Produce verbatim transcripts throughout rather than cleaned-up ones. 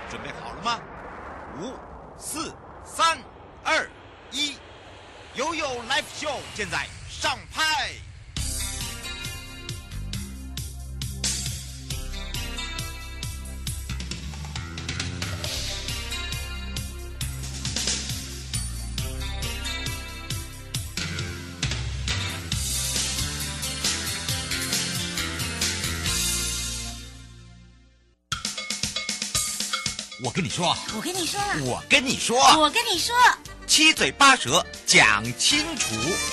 准备好了吗？五、四、三、二、一，悠悠 Live Show 现在上拍。我跟你说， 我跟你说， 我跟你说， 我跟你说， 七嘴八舌讲清楚。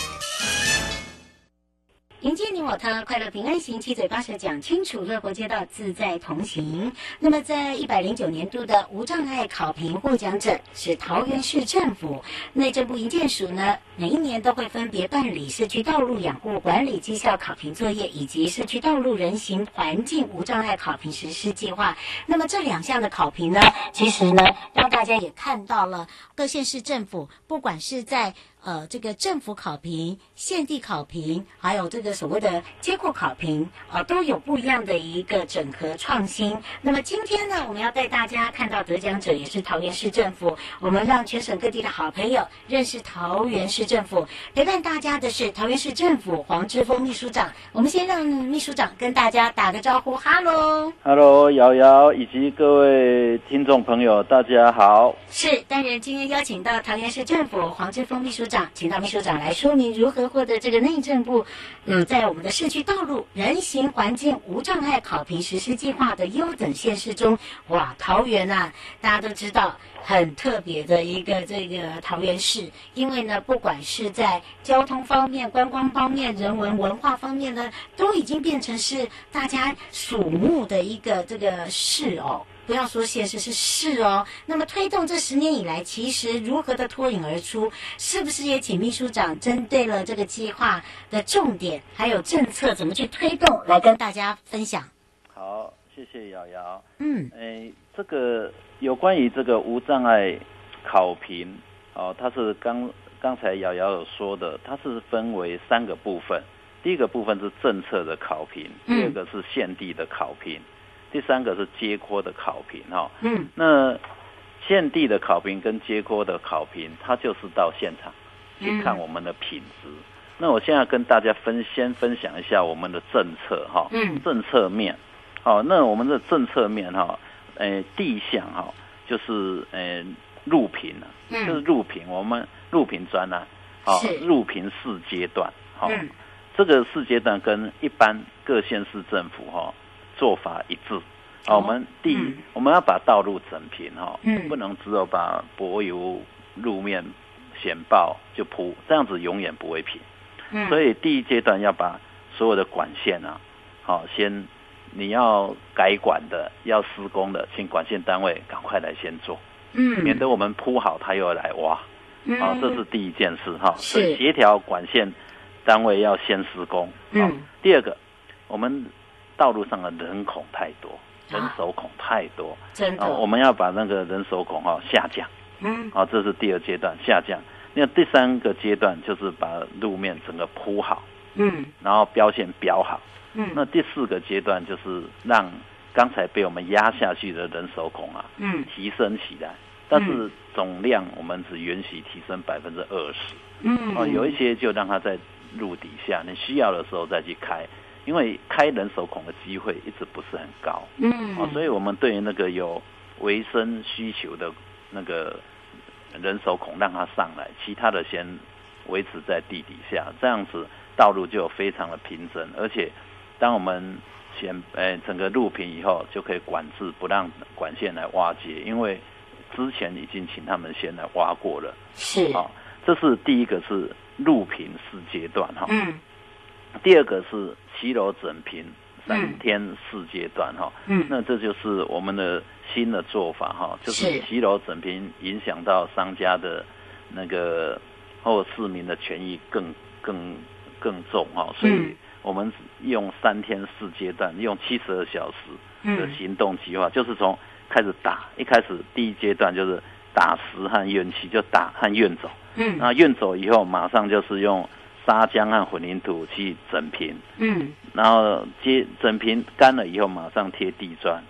迎接你我他，快乐平安行，七嘴八舌讲清楚，乐活街道自在同行。那么在一百零九年度的无障碍考评获奖者是桃园市政府内政部营建署呢，每一年都会分别办理市区道路养护管理绩效考评作业以及市区道路人行环境无障碍考评实施计划。那么这两项的考评呢，其实呢让大家也看到了各县市政府不管是在呃，这个政府考评、县地考评，还有这个所谓的街廓考评，啊、呃，都有不一样的一个整合创新。那么今天呢，我们要带大家看到得奖者也是桃园市政府，我们让全省各地的好朋友认识桃园市政府。陪伴大家的是桃园市政府黄之锋秘书长。我们先让秘书长跟大家打个招呼，哈喽， 哈喽，瑶瑶以及各位听众朋友，大家好。 是，当然今天邀请到桃园市政府黄之锋秘书长。请到秘书长来说明如何获得这个内政部，嗯，在我们的市区道路人行环境无障碍考评实施计划的优等县市中，哇，桃园啊，大家都知道很特别的一个这个桃园市，因为呢，不管是在交通方面、观光方面、人文文化方面呢，都已经变成是大家瞩目的一个这个市哦。不要说县市是市哦，那么推动这十年以来，其实如何的脱颖而出，是不是也请秘书长针对了这个计划的重点，还有政策怎么去推动，来跟大家分享？ 好，谢谢瑶瑶。 嗯， 诶，这个有关于这个无障碍考评哦，它是刚刚才瑶瑶有说的，它是分为三个部分。第一个部分是政策的考评，第二个是县地的考评。第三个是街廓的考评哈， 嗯， 那县地的考评跟街廓的考评，它就是到现场去看我们的品质。嗯、那我现在跟大家分先分享一下我们的政策哈， 嗯，政策面，好，那我们的政策面哈，呃，第一项哈就是呃路评啊， 嗯、 就是路评，我们路评专案，好，路评四阶段，好、 嗯， 这个四阶段跟一般各县市政府哈。做法一致，啊，我们第一，嗯、我们要把道路整平哈， 嗯， 不能只有把柏油路面显爆就铺，这样子永远不会平。 嗯， 所以第一阶段要把所有的管线啊，好，先你要改管的、要施工的，请管线单位赶快来先做， 嗯， 免得我们铺好他又要来挖， 嗯， 好，这是第一件事哈。 是协调管线单位要先施工， 嗯， 第二个，我们道路上的人孔太多，人手孔太多， 真的， 啊、我们要把那个人手孔哈、哦、下降， 嗯， 好、哦，这是第二阶段下降。那第三个阶段就是把路面整个铺好， 嗯， 然后标线标好， 嗯， 那第四个阶段就是让刚才被我们压下去的人手孔啊， 嗯， 提升起来，但是总量我们只允许提升百分之二十， 嗯， 哦，有一些就让它在路底下，你需要的时候再去开。因为开人手孔的机会一直不是很高， 嗯， 哦，所以我们对于那个有维生需求的那个人手孔让它上来，其他的先维持在地底下，这样子道路就非常的平整，而且当我们先呃整个路平以后，就可以管制不让管线来挖掘，因为之前已经请他们先来挖过了， 是， 哦，这是第一个是路平四阶段哈， 嗯。 第二个是骑楼整平三天四阶段哈， 嗯， 那这就是我们的新的做法哈，就是骑楼整平影响到商家的那个或市民的权益更更更重哈，所以我们用三天四阶段，用七十二小时的行动计划，嗯、就是从开始打，一开始第一阶段就是打石和院漆，就打和院走， 嗯， 那院走以后马上就是用砂浆和混凝土去整平， 嗯， 然后接整平干了以后，马上贴地砖，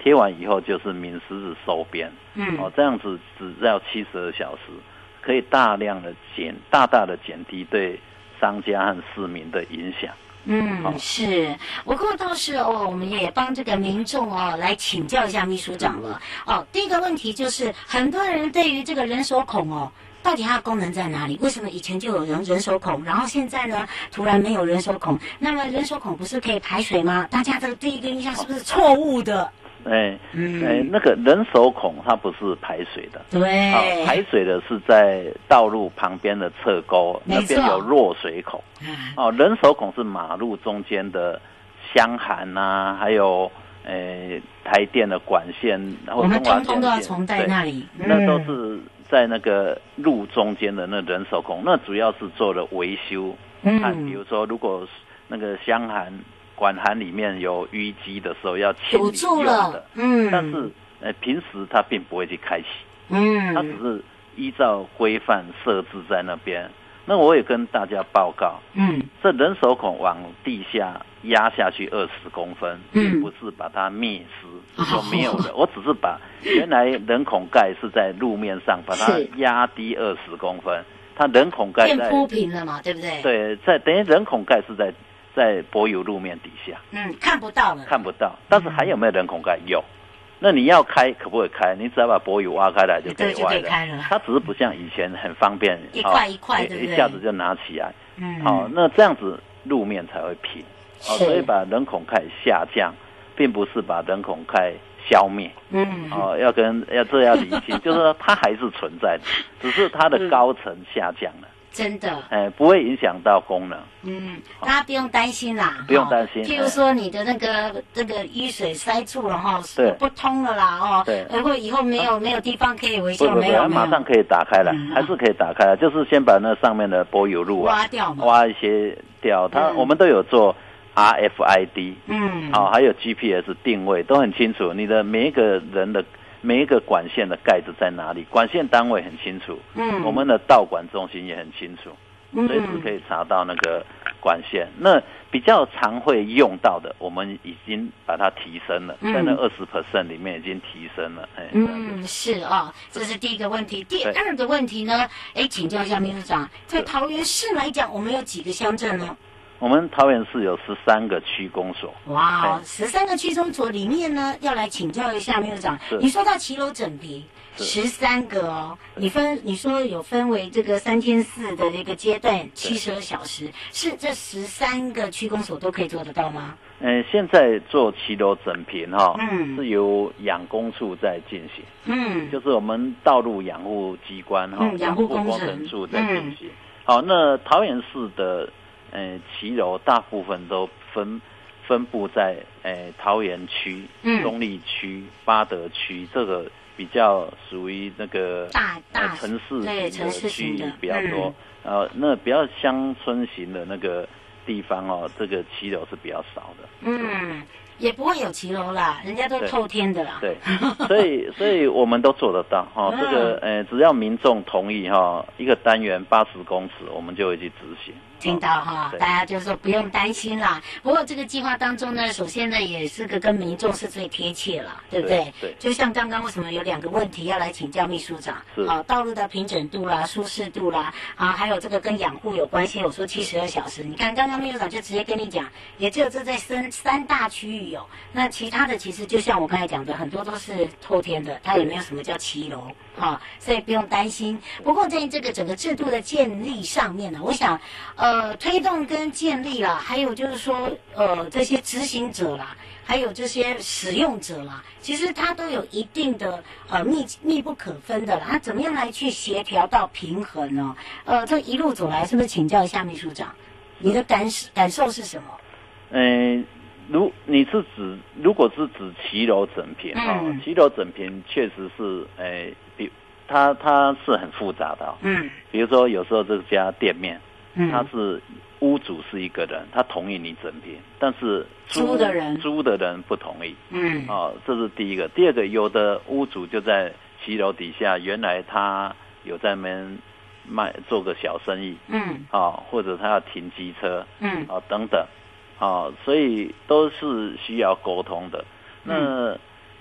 贴完以后就是明十日收边， 嗯， 哦，这样子只要七十二小时，可以大量的减，大大的减低对商家和市民的影响。 嗯，是。不过倒是哦，我们也帮这个民众哦来请教一下秘书长了。哦，第一个问题就是很多人对于这个人手孔哦。到底它的功能在哪里？为什么以前就有人人手孔，然后现在呢突然没有人手孔？那么人手孔不是可以排水吗？大家这个第一个印象是不是错误的？ 哎，嗯，哎，那个人手孔它不是排水的， 对， 哦，排水的是在道路旁边的侧沟，那边有落水孔。哦，人手孔是马路中间的箱涵啊，还有呃台电的管线，然后我们通通都要重在那里， 嗯、那都是在那个路中间的那人手孔，那主要是做了维修，嗯，比如说如果那个箱涵。管涵里面有淤积的时候要清理用的，嗯，但是呃平时它并不会去开启，嗯，它只是依照规范设置在那边。那我也跟大家报告，嗯，这人手孔往地下压下去二十公分，嗯，并不是把它灭失，说没有的，哦，我只是把原来人孔盖是在路面上，把它压低二十公分，它人孔盖在变铺平了嘛，对不对？ 对，在等于人孔盖是在。在柏油路面底下， 嗯，看不到了， 看不到。但是还有没有人孔盖？有。那你要开可不可以开？你只要把柏油挖开来就可以挖了。它只是不像以前很方便， 一块一块，对不对？ 一下子就拿起来。嗯，好，那这样子路面才会平。哦，所以把人孔盖下降，并不是把人孔盖消灭。嗯，哦，要跟要这要理清，就是说它还是存在的，只是它的高层下降了。 真的， 哎，不会影响到功能。 嗯，大家不用担心啦， 不用担心。 譬如说你的那个那个淤水塞住了哈， 对， 不通了啦哦， 对， 然后以后没有没有地方可以维修， 没有，马上可以打开了，还是可以打开了，就是先把那上面的柏油路挖掉嘛， 挖一些掉。它我们都有做 R F I D， 嗯，好，还有 G P S 定位都很清楚，你的每一个人的。每一个管线的盖子在哪里？管线单位很清楚，嗯，我们的道管中心也很清楚，随时可以查到那个管线。那比较常会用到的，我们已经把它提升了，嗯、在那二十 percent 里面已经提升了。哎， 嗯，是啊、哦，这是第一个问题。第二个问题呢？哎，请教一下秘书长，在桃园市来讲，我们有几个乡镇呢？ 我们桃园市有十三个区公所。 哇，十三个区公所里面呢，要来请教一下秘书长。你说到骑楼整皮，十三个哦，你分你说有分为这个三千四的这个阶段，七十二小时，是这十三个区公所都可以做得到吗？ 嗯、呃，现在做骑楼整平哈、哦，嗯，是由养工处在进行，嗯，就是我们道路养护机关哈、哦嗯， 养护工程处在进行。嗯、好，那桃园市的。呃，骑楼大部分都分分布在呃桃园区、嗯、中坜区、八德区，这个比较属于那个大大、 呃、城市型的区域比较多。 嗯、 呃，那比较乡村型的那个地方哦，这个骑楼是比较少的。 嗯。也不会有骑楼啦，人家都透天的啦。 对，对所以所以我们都做得到哈、哦。这个呃，只要民众同意哈、哦，一个单元八十公尺，我们就会去执行。 听到哈，大家就说不用担心啦。不过这个计划当中呢，首先呢也是个跟民众是最贴切了，对不对？ 对。对就像刚刚为什么有两个问题要来请教秘书长？是。啊，道路的平整度啦、舒适度啦，啊，还有这个跟养护有关系。我说七十二小时，你看刚刚秘书长就直接跟你讲，也只有这在三三大区域有，那其他的其实就像我刚才讲的，很多都是透天的，它也没有什么叫骑楼。好、哦，所以不用担心。不过在这个整个制度的建立上面呢，我想，呃，推动跟建立啦，还有就是说，呃，这些执行者啦，还有这些使用者啦，其实它都有一定的呃密密不可分的啦。它怎么样来去协调到平衡呢？呃，这一路走来，是不是请教一下秘书长，你的感感受是什么？ 嗯、呃。如你是指，如果是指骑楼整平哈，骑楼整平确实是，诶、呃，比它它是很复杂的、哦，嗯，比如说有时候这家店面，嗯，它是屋主是一个人，他同意你整平，但是租的人租的人不同意， 嗯， 哦，这是第一个。第二个，有的屋主就在骑楼底下，原来他有在那边卖做个小生意，嗯，哦，或者他要停机车，嗯，哦等等。哦，所以都是需要沟通的。那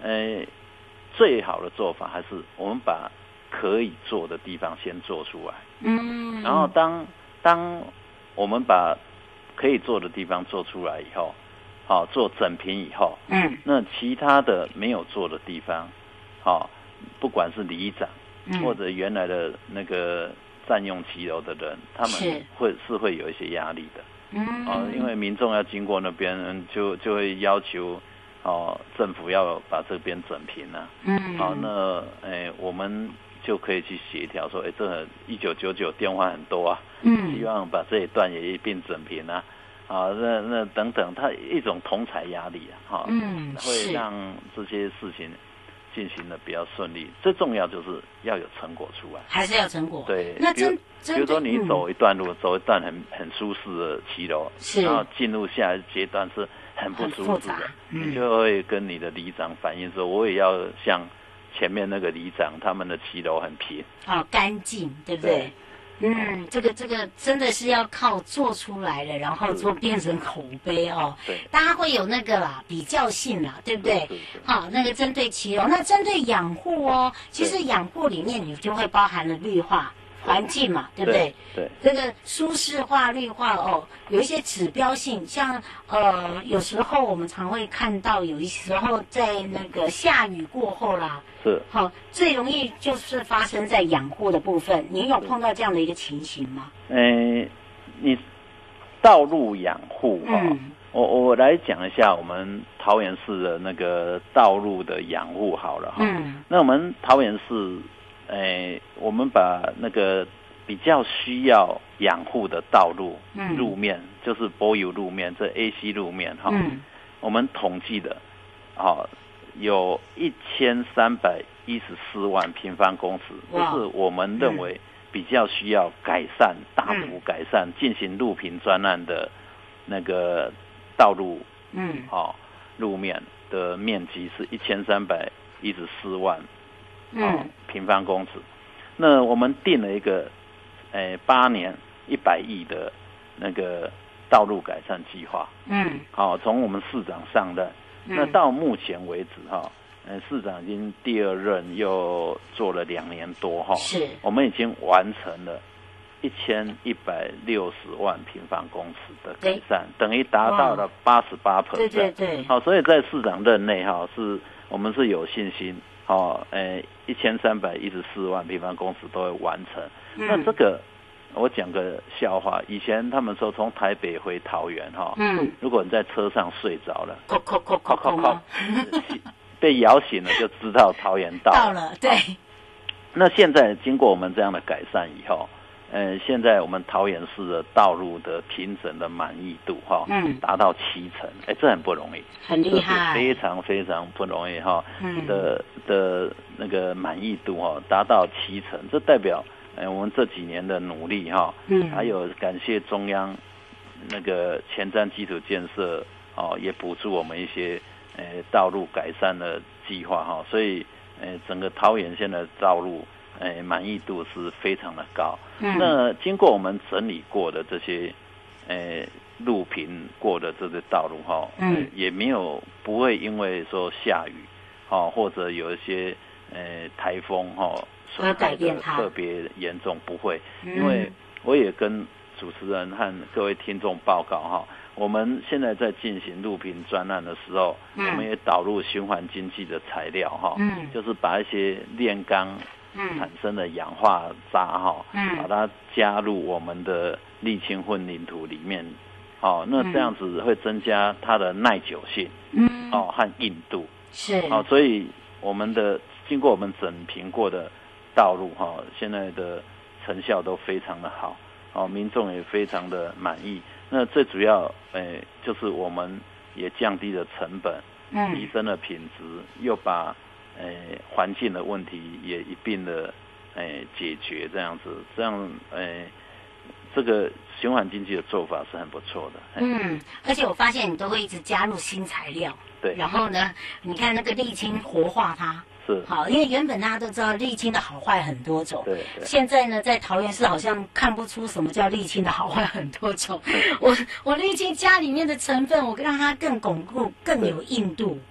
呃，最好的做法还是我们把可以做的地方先做出来，嗯，然后当当我们把可以做的地方做出来以后，好、哦、做整平以后，嗯，那其他的没有做的地方，好、哦，不管是里长、嗯、或者原来的那个占用骑楼的人，他们会 是, 是会有一些压力的，嗯，哦，因为民众要经过那边，就就会要求。哦，政府要把这边整平啊，嗯，好、哦，那诶，我们就可以去协调说，诶，这一九九九电话很多啊，嗯，希望把这一段也一并整平啊，啊，那那等等，它一种同侪压力啊，哈、哦，嗯，会让这些事情进行的比较顺利。最重要就是要有成果出来， 还是要成果。 对， 那真比如说你走一段路，嗯、走一段很很舒适的骑楼，是，然后进入下一个阶段是。很不舒服的，嗯、你就会跟你的里长反映说，我也要像前面那个里长，他们的骑楼很平， 哦，干净，对不对？对嗯，这个这个真的是要靠做出来了，然后做变成口碑哦。对，大家会有那个啦，比较性啦，对不对？好，那个针对骑楼，那针对养护哦，其实养护里面你就会包含了绿化。环境嘛，对不对？ 对， 这个舒适化、绿化哦，有一些指标性，像呃，有时候我们常会看到，有一时候在那个下雨过后啦， 是， 好、哦，最容易就是发生在养护的部分。你有碰到这样的一个情形吗？ 嗯，你道路养护哦，嗯、我我来讲一下我们桃园市的那个道路的养护好了哈。嗯，那我们桃园市。诶，我们把那个比较需要养护的道路、嗯、路面，就是柏油路面，这 A C 路面哈、嗯，我们统计的，好、哦，有一千三百一十四万平方公尺，这是我们认为比较需要改善、嗯、大幅改善、进行路平专案的那个道路，嗯，好、哦，路面的面积是一千三百一十四万。嗯，平方公尺。那我们定了一个，诶、呃，八年一百亿的那个道路改善计划。嗯，好、哦，从我们市长上任，嗯、那到目前为止哈，呃，市长已经第二任又做了两年多哈。是，我们已经完成了一千一百六十万平方公尺的改善，等于达到了八十八 percent。对对对。好、哦，所以在市长任内哈，是我们是有信心。哦，诶，一千三百一十四万平方公尺都会完成。嗯、那这个，我讲个笑话。以前他们说从台北回桃园哈，嗯，如果你在车上睡着了， 扣扣扣扣扣扣， 被摇醒了就知道桃园到了。 到了，对。 那现在经过我们这样的改善以后，呃，现在我们桃园市的道路的平整的满意度哈，嗯，达到七成，哎，这很不容易， 很厉害， 非常非常不容易哈，嗯的的那个满意度哈达到七成，这代表呃我们这几年的努力哈，嗯，还有感谢中央那个前瞻基础建设哦，也补助我们一些呃道路改善的计划哈，所以呃整个桃园县的道路。诶，满意度是非常的高。嗯，那经过我们整理过的这些，诶，路平过的这些道路哈，嗯，也没有不会因为说下雨，哦，或者有一些诶台风哈，损害的特别严重，不会。嗯，因为我也跟主持人和各位听众报告哈，我们现在在进行路平专案的时候，嗯，我们也导入循环经济的材料哈，嗯，就是把一些炼钢。产生的氧化渣哈，嗯，把它加入我们的沥青混凝土里面，哦，那这样子会增加它的耐久性，嗯，哦和硬度是，哦，所以我们的经过我们整平过的道路哈，现在的成效都非常的好，哦，民众也非常的满意。那最主要，诶，就是我们也降低了成本，嗯，提升了品质，又把诶，环境的问题也一并的诶解决，这样子，这样诶，这个循环经济的做法是很不错的。 嗯，而且我发现你都会一直加入新材料，对，然后呢，你看那个沥青活化它。是好，因为原本大家都知道沥青的好坏很多种，对，对现在呢，在桃园市好像看不出什么叫沥青的好坏很多种。我我沥青加里面的成分，我让它更巩固、更有硬度。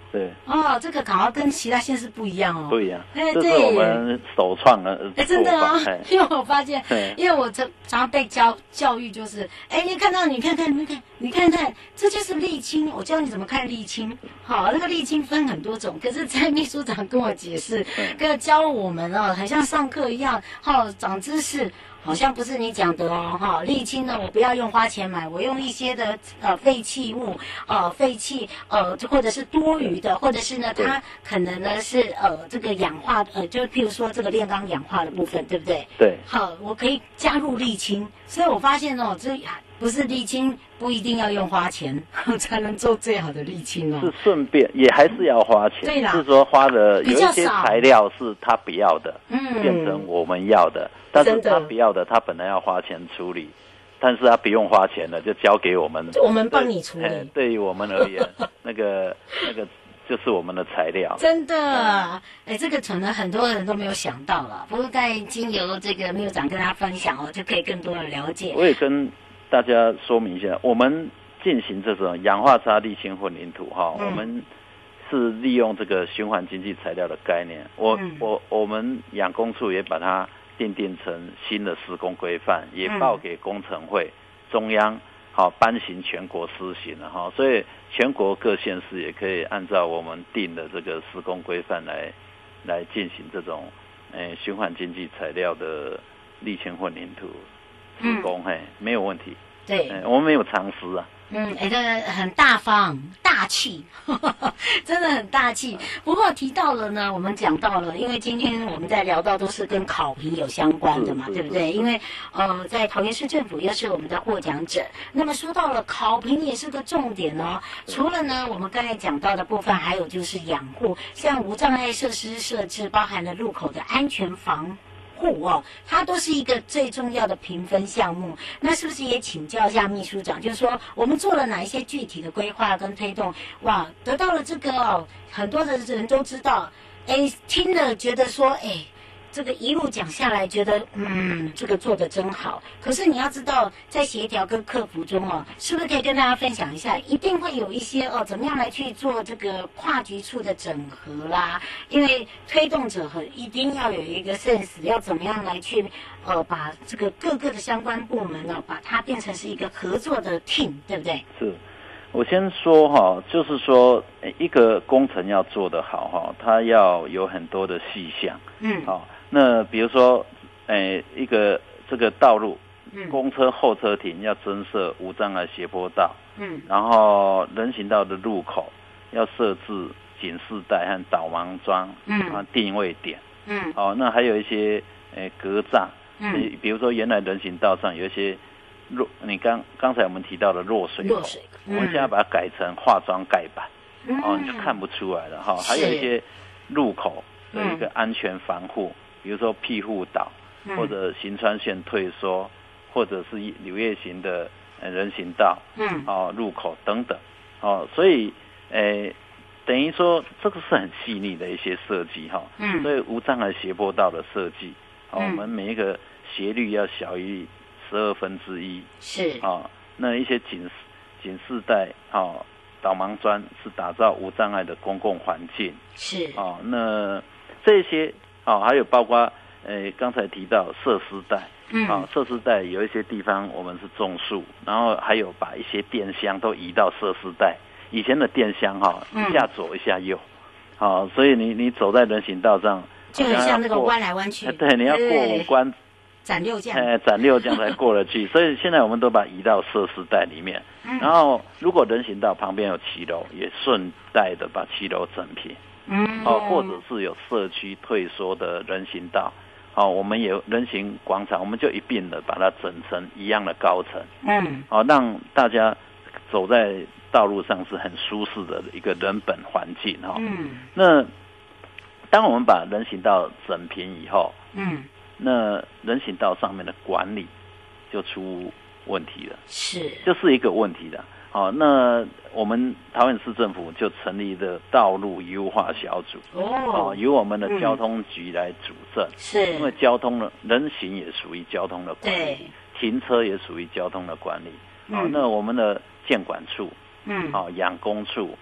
对。 哦，这个好像跟其他县市不一样哦。 不一样， 哎， 这是我们首创的做法。 哎，真的啊，因为我发现，因为我常常被教教育，就是哎，你看到你看看你看你看看，这就是沥青，我教你怎么看沥青。好，那个沥青分很多种，可是蔡秘书长跟我解释，跟教我们哦，很像上课一样，好长知识。好像不是你讲的哦，哈，沥青呢，我不要用花钱买，我用一些的呃废弃物，呃废弃呃或者是多余的，或者是呢它可能呢是呃这个氧化呃，就譬如说这个炼钢氧化的部分，对不对？ 对。 好，我可以加入沥青，所以我发现哦，这不是沥青不一定要用花钱才能做最好的沥青哦， 是顺便也还是要花钱， 对啦， 是说花的有一些材料是他不要的， 嗯， 变成我们要的。但是他不要的，他本来要花钱处理，但是他不用花钱了，就交给我们， 我们帮你处理。 对, 对于我们而言，那个那个就是我们的材料。 真的，哎、嗯，这个可能很多人都没有想到了。不过在经由这个秘书长跟他分享哦，就可以更多的了解。 我也跟大家说明一下，我们进行这种氧化差沥青混凝土哈、嗯，我们是利用这个循环经济材料的概念。我、嗯、我我们养工处也把它奠定成新的施工规范，也报给工程会、嗯、中央，好颁行全国施行了哈，所以全国各县市也可以按照我们定的这个施工规范来来进行这种诶循环经济材料的沥青混凝土施工，嘿、嗯，没有问题。 对， 我们没有藏私啊。 嗯，哎，这很大方、大气，呵呵，真的很大气。不过提到了呢，我们讲到了，因为今天我们在聊到都是跟考评有相关的嘛，对不对？因为呃，在桃园市政府又是我们的获奖者，那么说到了考评也是个重点哦。除了呢，我们刚才讲到的部分，还有就是养护，像无障碍设施设置，包含了路口的安全防护哦，它都是一个最重要的评分项目。那是不是也请教一下秘书长，就是说我们做了哪一些具体的规划跟推动？哇，得到了这个哦，很多的人都知道，哎，听了觉得说，哎，这个一路讲下来，觉得嗯，这个做得真好。可是你要知道，在协调跟克服中哦，是不是可以跟大家分享一下？一定会有一些哦，怎么样来去做这个跨局处的整合啦？因为推动者很一定要有一个 sense， 要怎么样来去呃，把这个各个的相关部门呢、哦，把它变成是一个合作的 team， 对不对？ 是。我先说哈，就是说一个工程要做得好哈，它要有很多的细项。嗯，好，那比如说，诶，一个这个道路，嗯，公车候车亭要增设无障碍斜坡道，嗯，然后人行道的路口要设置警示带和导盲桩，嗯，啊定位点，嗯，好，那还有一些诶格栅，嗯，比如说原来人行道上有一些。落，你刚刚才我们提到的落水口，落水嗯、我们现在把它改成化妆盖板，嗯、哦，你就看不出来了哈。还有一些路口的一个安全防护，嗯、比如说庇护岛，嗯、或者行穿线退缩，或者是柳叶型的人行道，嗯，哦，路口等等，哦，所以，诶，等于说这个是很细腻的一些设计哈。嗯，所以无障碍斜坡道的设计，哦，嗯、我们每一个斜率要小于十二分之一是啊、哦，那一些警警示带啊、哦、导盲砖是打造无障碍的公共环境是啊、 哦，那这些啊、哦、还有包括诶刚才提到设施带，嗯啊、哦、设施带有一些地方我们是种树，然后还有把一些电箱都移到设施带。以前的电箱哈、哦、一下左一下右，好、哦，所以你你走在人行道上就很像那个弯来弯去， 对，你要过五关。 斩六将， 哎，斩六将才过得去，所以现在我们都把它移到设施带里面。嗯、然后，如果人行道旁边有骑楼，也顺带的把骑楼整平。嗯，哦，或者是有社区退缩的人行道，哦，我们也有人行广场，我们就一并的把它整成一样的高层。嗯，哦，让大家走在道路上是很舒适的一个人本环境哈。嗯，那当我们把人行道整平以后，嗯。那人行道上面的管理就出问题了， 是， 就是一个问题的。好，那我们桃园市政府就成立了道路优化小组，哦，由我们的交通局来主政，是、嗯，因为交通的人行也属于交通的管理，停车也属于交通的管理。好、嗯，那我们的建管处，嗯，好，养工处，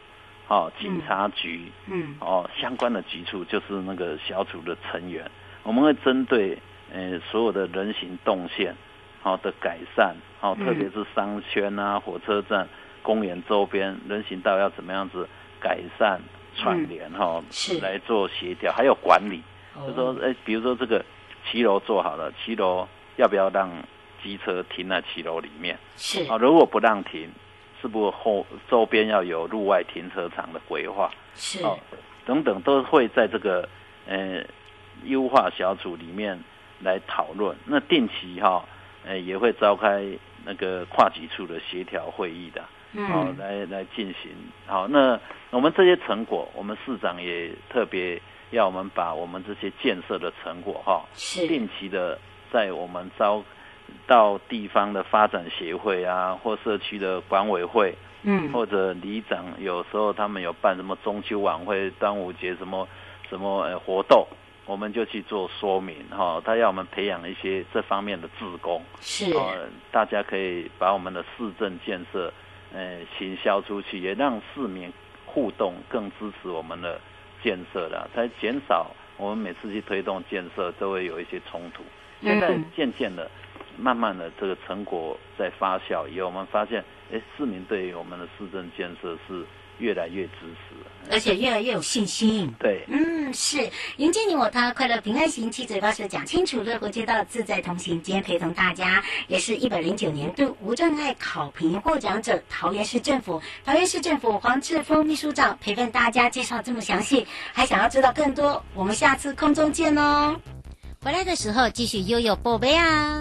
哦，警察局， 嗯， 哦，相关的局处就是那个小组的成员，我们会针对呃所有的人行动线，好、哦、的改善，好、哦，特别是商圈啊、火车站、公园周边人行道要怎么样子改善串联哈、哦嗯， 来做协调，还有管理， 哦、 就说哎，比如说这个骑楼做好了，骑楼要不要让机车停在骑楼里面？ 是啊，如果不让停，是不是后周边要有路外停车场的规划？ 是哦，等等都会在这个呃优化小组里面来讨论。那定期哈、哦，呃也会召开那个跨局处的协调会议的， 嗯， 哦，来来进行。好，那我们这些成果，我们市长也特别要我们把我们这些建设的成果哈、哦，定期的在我们召。到地方的发展协会啊，或社区的管委会， 嗯， 或者里长，有时候他们有办什么中秋晚会、端午节什么什么呃活动，我们就去做说明哈、哦。他要我们培养一些这方面的志工， 是， 哦，大家可以把我们的市政建设呃行销出去，也让市民互动，更支持我们的建设啦，才减少我们每次去推动建设都会有一些冲突。现在渐渐的。慢慢的，这个成果在发酵，以后我们发现，哎，市民对于我们的市政建设是越来越支持了， 而且越来越有信心。 对， 嗯，是迎接你我他，快乐平安行，七嘴八舌讲清楚，乐活街道自在同行。今天陪同大家，也是一百零九年度无障碍考评获奖者，桃园市政府桃园市政府黄志峰秘书长陪伴大家介绍这么详细，还想要知道更多，我们下次空中见哦。回来的时候继续悠悠宝贝啊。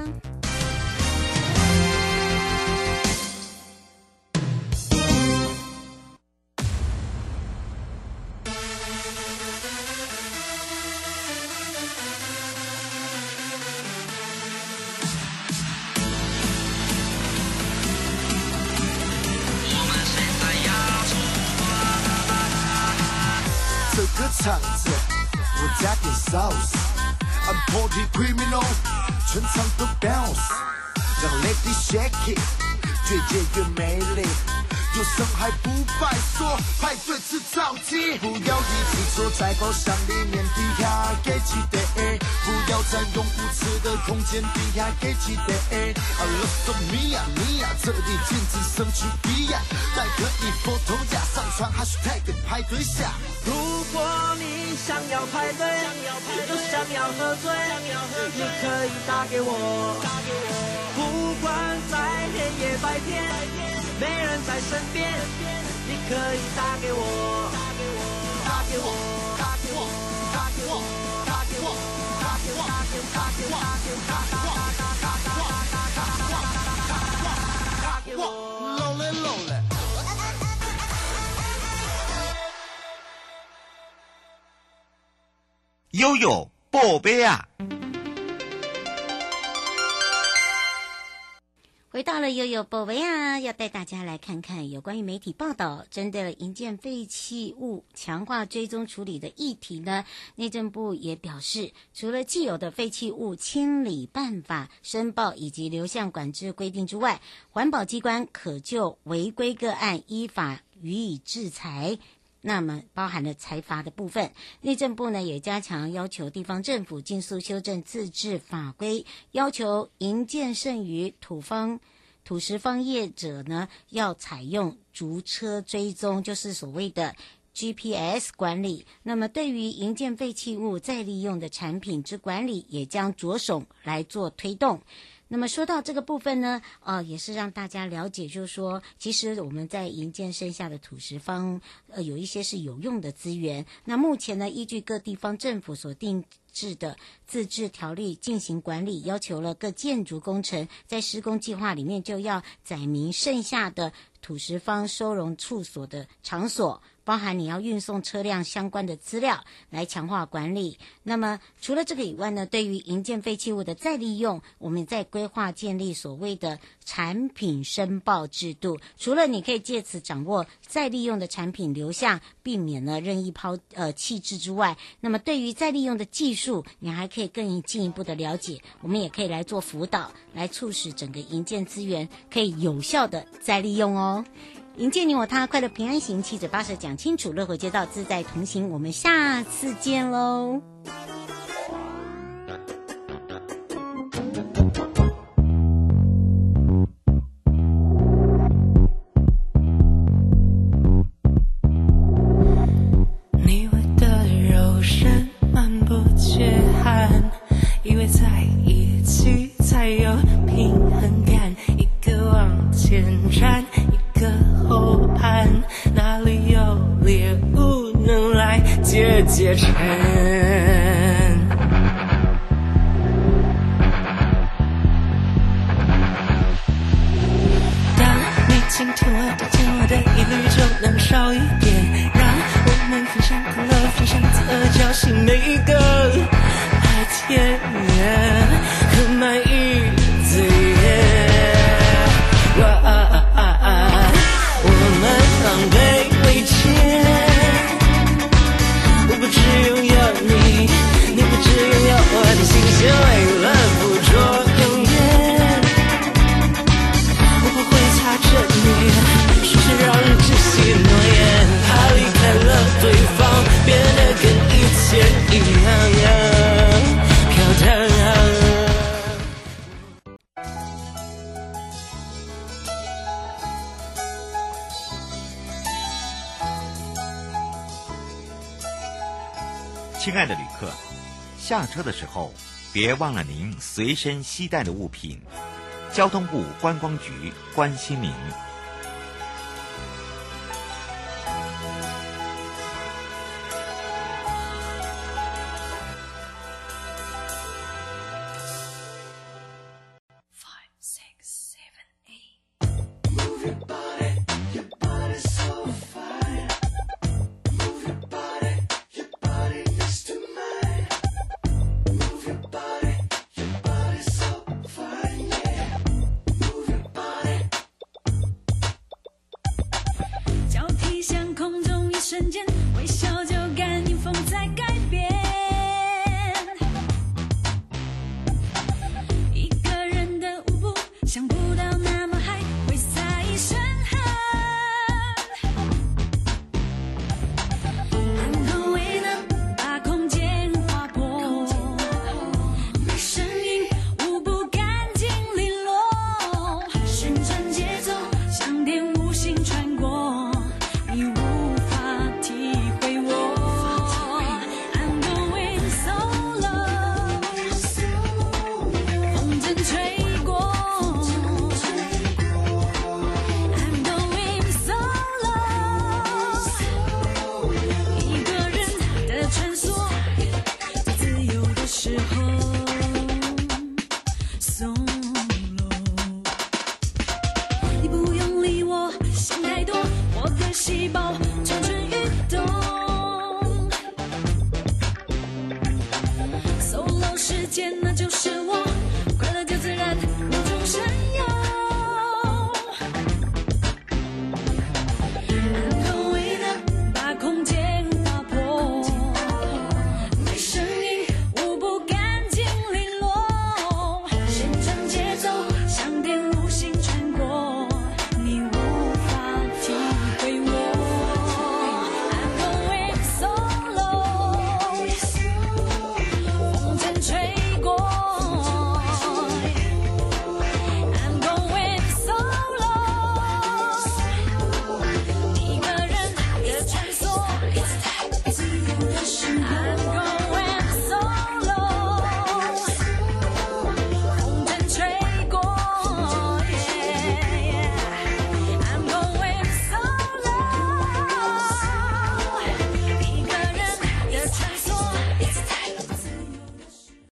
唱着我加点 sauce，I'm party criminal， 全场都 bounce， 让 lady shake it， 越夜越美丽，有生还不拜说，派对制造机，不要一起坐在包厢里面底下给起的，不要占用无耻的空间底下给起的。I love me 呀你呀，这里禁止升去比呀，带个衣服头架上传 hashtag 排队下。 如果你想要排队，又想要喝醉，你可以打给我。不管在黑夜白天，没人在身边，你可以打给我，打给我，打给我，打给我，打给我，打给我，打给我，打给我，打给我，打给我，打给我，打给我。 Lonely lonely。 悠悠宝贝啊！ 回到了悠悠宝贝啊，要带大家来看看有关于媒体报道针对营建废弃物强化追踪处理的议题呢。内政部也表示，除了既有的废弃物清理办法、申报以及流向管制规定之外，环保机关可就违规个案依法予以制裁。那么包含了裁罚的部分，内政部呢也加强要求地方政府尽速修正自治法规，要求营建剩余土方土石方业者呢要采用逐车追踪，就是所谓的G P S 管理。那么对于营建废弃物再利用的产品之管理，也将着手来做推动。那么说到这个部分呢，呃，也是让大家了解，就是说，其实我们在营建剩下的土石方，呃，有一些是有用的资源。那目前呢，依据各地方政府所定制的自治条例进行管理，要求了各建筑工程在施工计划里面就要载明剩下的土石方收容处所的场所，包含你要运送车辆相关的资料来强化管理。那么除了这个以外呢，对于营建废弃物的再利用，我们在规划建立所谓的产品申报制度。除了你可以借此掌握再利用的产品流向，避免了任意抛呃弃置之外，那么对于再利用的技术，你还可以更进一步的了解。我们也可以来做辅导，来促使整个营建资源可以有效的再利用哦。 迎接你我他，快乐平安行，七嘴八舌讲清楚，乐活街道自在同行。我们下次见喽。 你我的肉身漫不缺憾，以为在一起才有平衡感，一个往前站，一个后盼，哪里有猎物能来解解馋？当你倾听我的，听我的，一律就能少一点，让我们分享快乐，分享自交心，每一个爱天和满意自愿。哇啊啊啊啊！我们狼狈为奸，我不只拥有你，你不只拥有我的心，先为了捕捉永远，我不会擦着你，说声让人窒息诺言，怕离开了对方，变得跟以前一样飘荡。 亲爱的旅客，下车的时候别忘了您随身携带的物品。交通部观光局关心您。